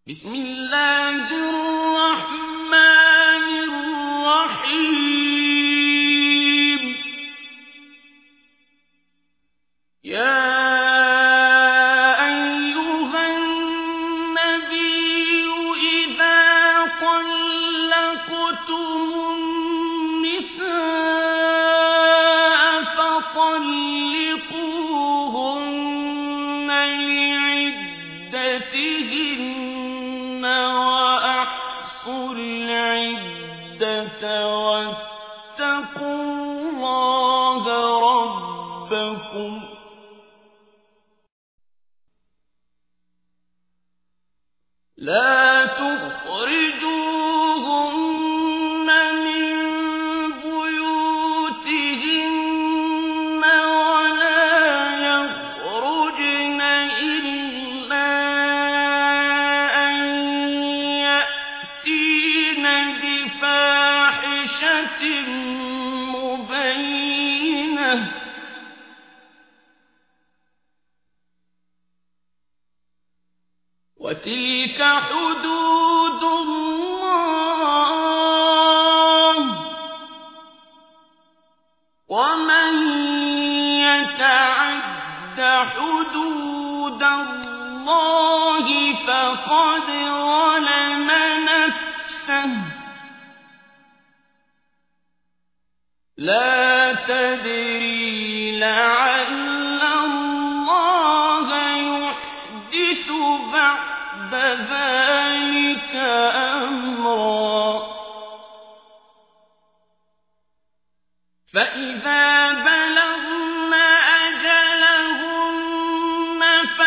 بسم الله الرحمن الرحيم يا أيها النبي إذا طلقتم النساء فطلقوهن لعدتهن وأحصوا العدة واتقوا الله ربكم لا تخرجوهن من بيوتهن ولا يخرجن إلا أن يأتين بفاحشة مبينة وتلك حدود الله ومن يتعد حدود الله فقد ظلم نفسه لا تدري لعل الله يحدث بعد ذلك أمرا فإذا بلغن أجلهن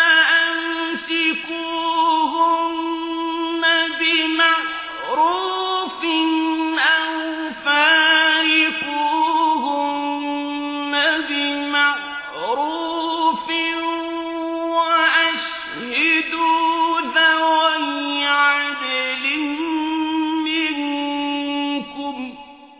فأمسكوهن بمعروف أو فارقوهن بمعروف وأشهدوا ذوي عدل منكم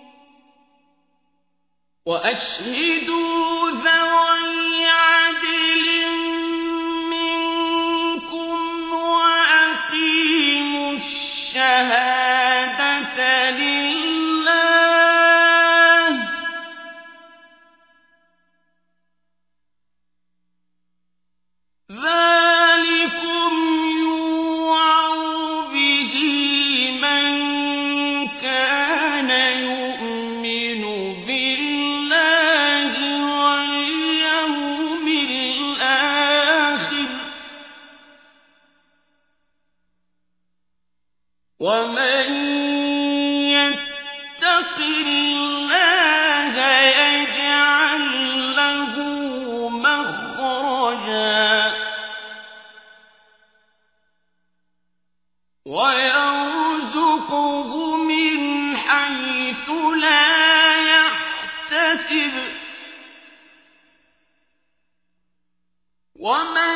وأقيموا الشهادة لله ذلكم يوعظ به من كان يؤمن بالله واليوم الآخر ومن يتق الله يجعل له مخرجا ويرزقه من حيث لا يحتسب ومن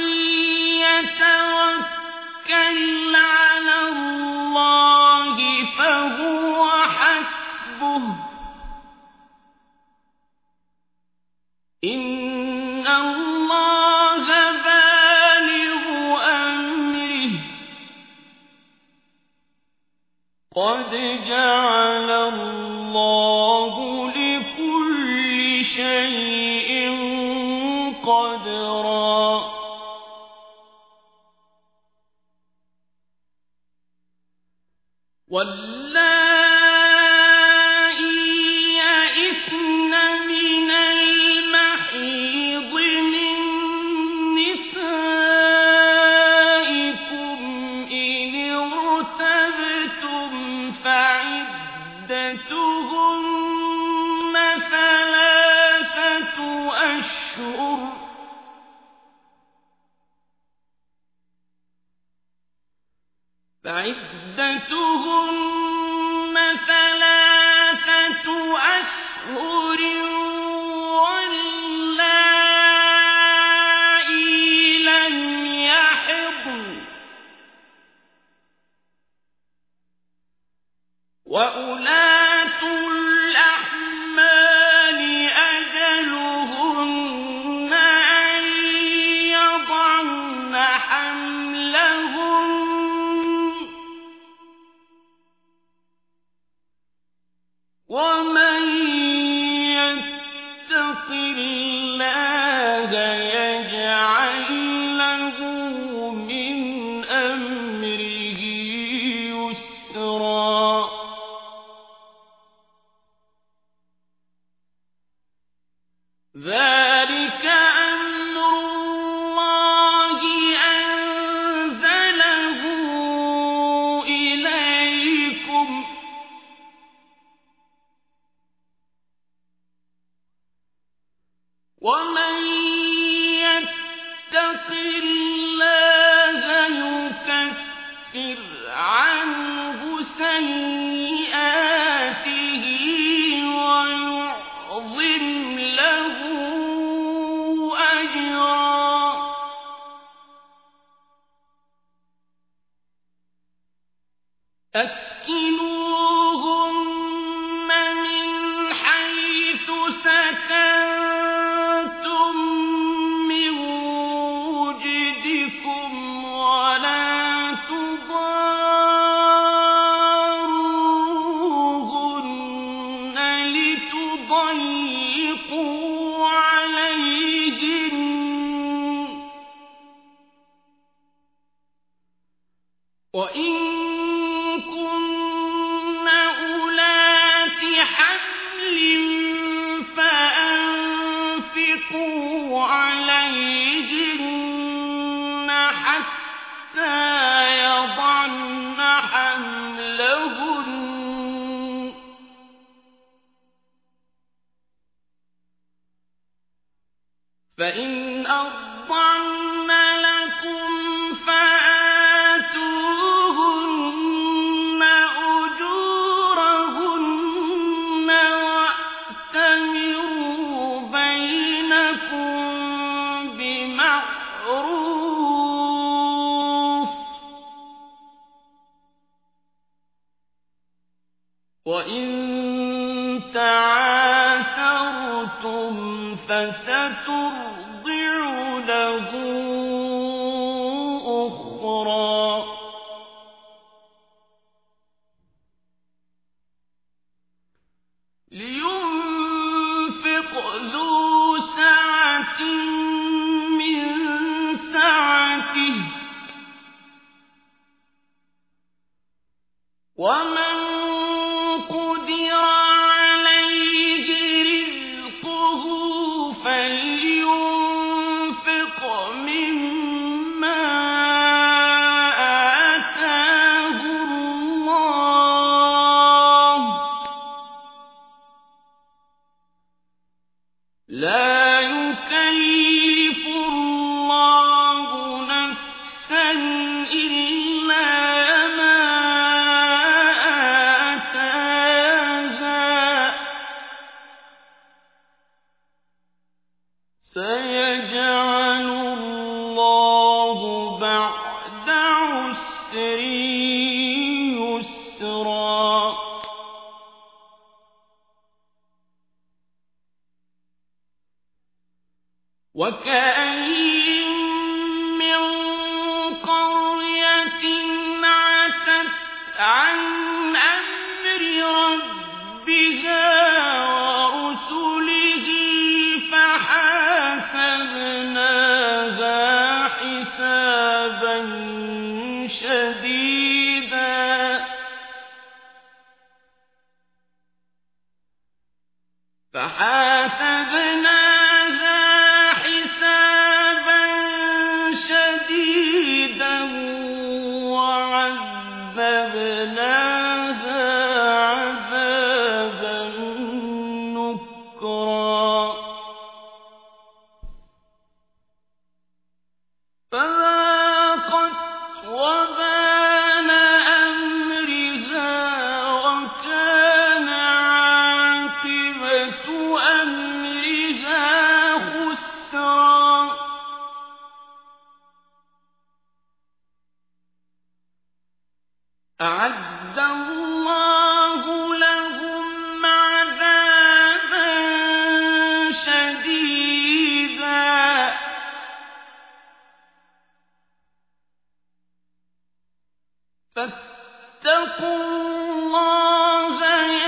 يتوكل على الله فهو حسبه إن الله بالغ أمره قد جعل الله لكل شيء قدرا واللائي يئسن من المحيض من نسائكم إن ارتبتم فعدتهن ثلاثة أشهر واللائي لم يحضن وأولاة الأحمال أجلهن أن يضعن حملهن أمره يسرا ذلك أمر الله أنزله إليكم ومن يتق الله يكفر عنه سيئاته ويعظم له أجرا أسكنوهن من حيث سكنتم من وجدكم ولا تضاروهن لتضيقوا عليهن وإن كن أولات حمل فأنفقوا عليهن حتى يضعن حملهن فإن أرضعن لكم فآتوهن أجورهن وأتمروا بينكم بمعروف وإن تعاثرتم فسترضع له أخرى لينفق ذو سعة من سعته ومن قدر عليه رزقه فلينفق مما آتاه الله لا يكلف الله نفسا إلا ما آتاها سيجعل الله بعد عسر يسرا وكأين من قرية عتت عن أمر ربها ورسله فحاسبناها حسابا شديدا وعذبناها عذابا نكرا فذاقت وبال أمرها وكان عاقبة أمرها خسرا أعد الله لهم عذابا شديدا فاتقوا الله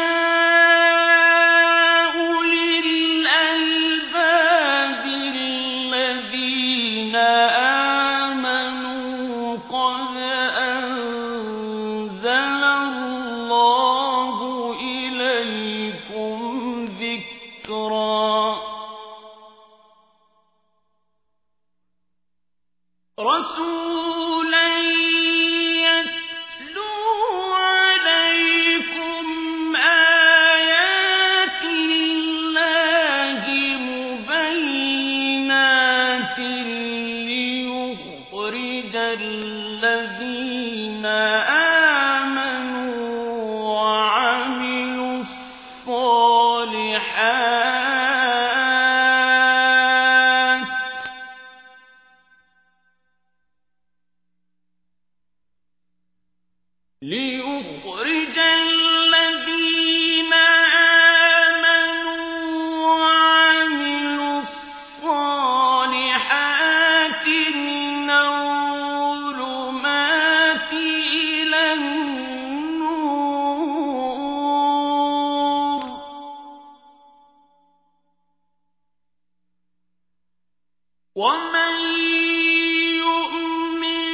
يا أولي الألباب الذين آمنوا قد أَنزَلَ اللَّهُ إِلَيْكُمْ ذِكْرًا رَّسُولًا يَتْلُو عَلَيْكُمْ آيَاتِ اللَّهِ مُبَيِّنَاتٍ لِّيُخْرِجَ الَّذِينَ آمَنُوا وَعَمِلُوا الصَّالِحَاتِ مِنَ الظُّلُمَاتِ إِلَى النُّورِ وَمَن يُؤْمِن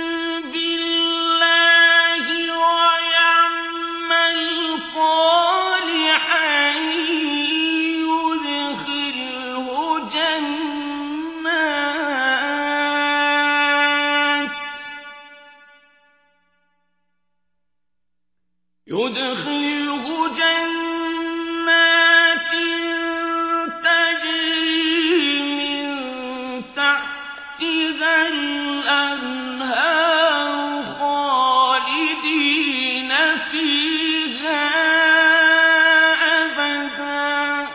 بِاللَّهِ وَيَعْمَلْ صَالِحًا يُدْخِلْهُ جَنَّاتٍ تَجْرِي مِن تَحْتِهَا الْأَنْهَارُ خَالِدِينَ فِيهَا أَبَدًا ۖ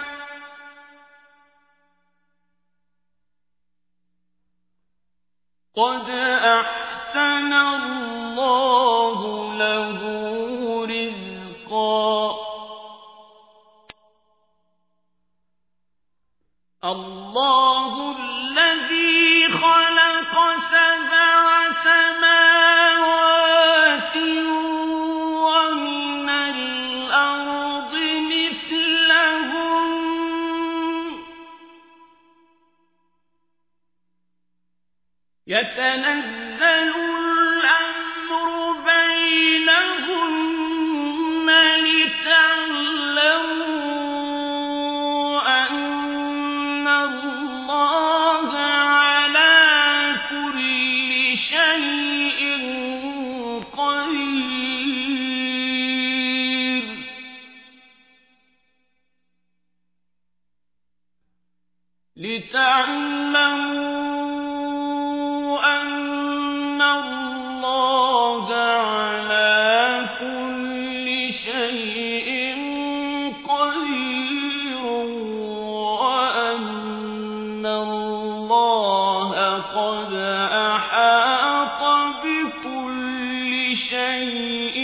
قَدْ أَحْسَنَ اللَّهُ لَهُ رِزْقًا اللَّهُ الَّذِي خَلَقَ 7 سَمَاوَاتٍ وَمِنَ الْأَرْضِ مِثْلَهُنَّ يَتَنَزَّلُ الْأَمْرُ بَيْنَهُنَّ لِتَعْلَمُوا أَنَّ اللَّهَ عَلَىٰ كُلِّ شَيْءٍ قَدِيرٌ أَنَّ اللَّهَ عَلَىٰ كُلِّ شَيْءٍ قَدِيرٌ وَأَنَّ اللَّهَ قَدْ أَحَاطَ بِكُلِّ شَيْءٍ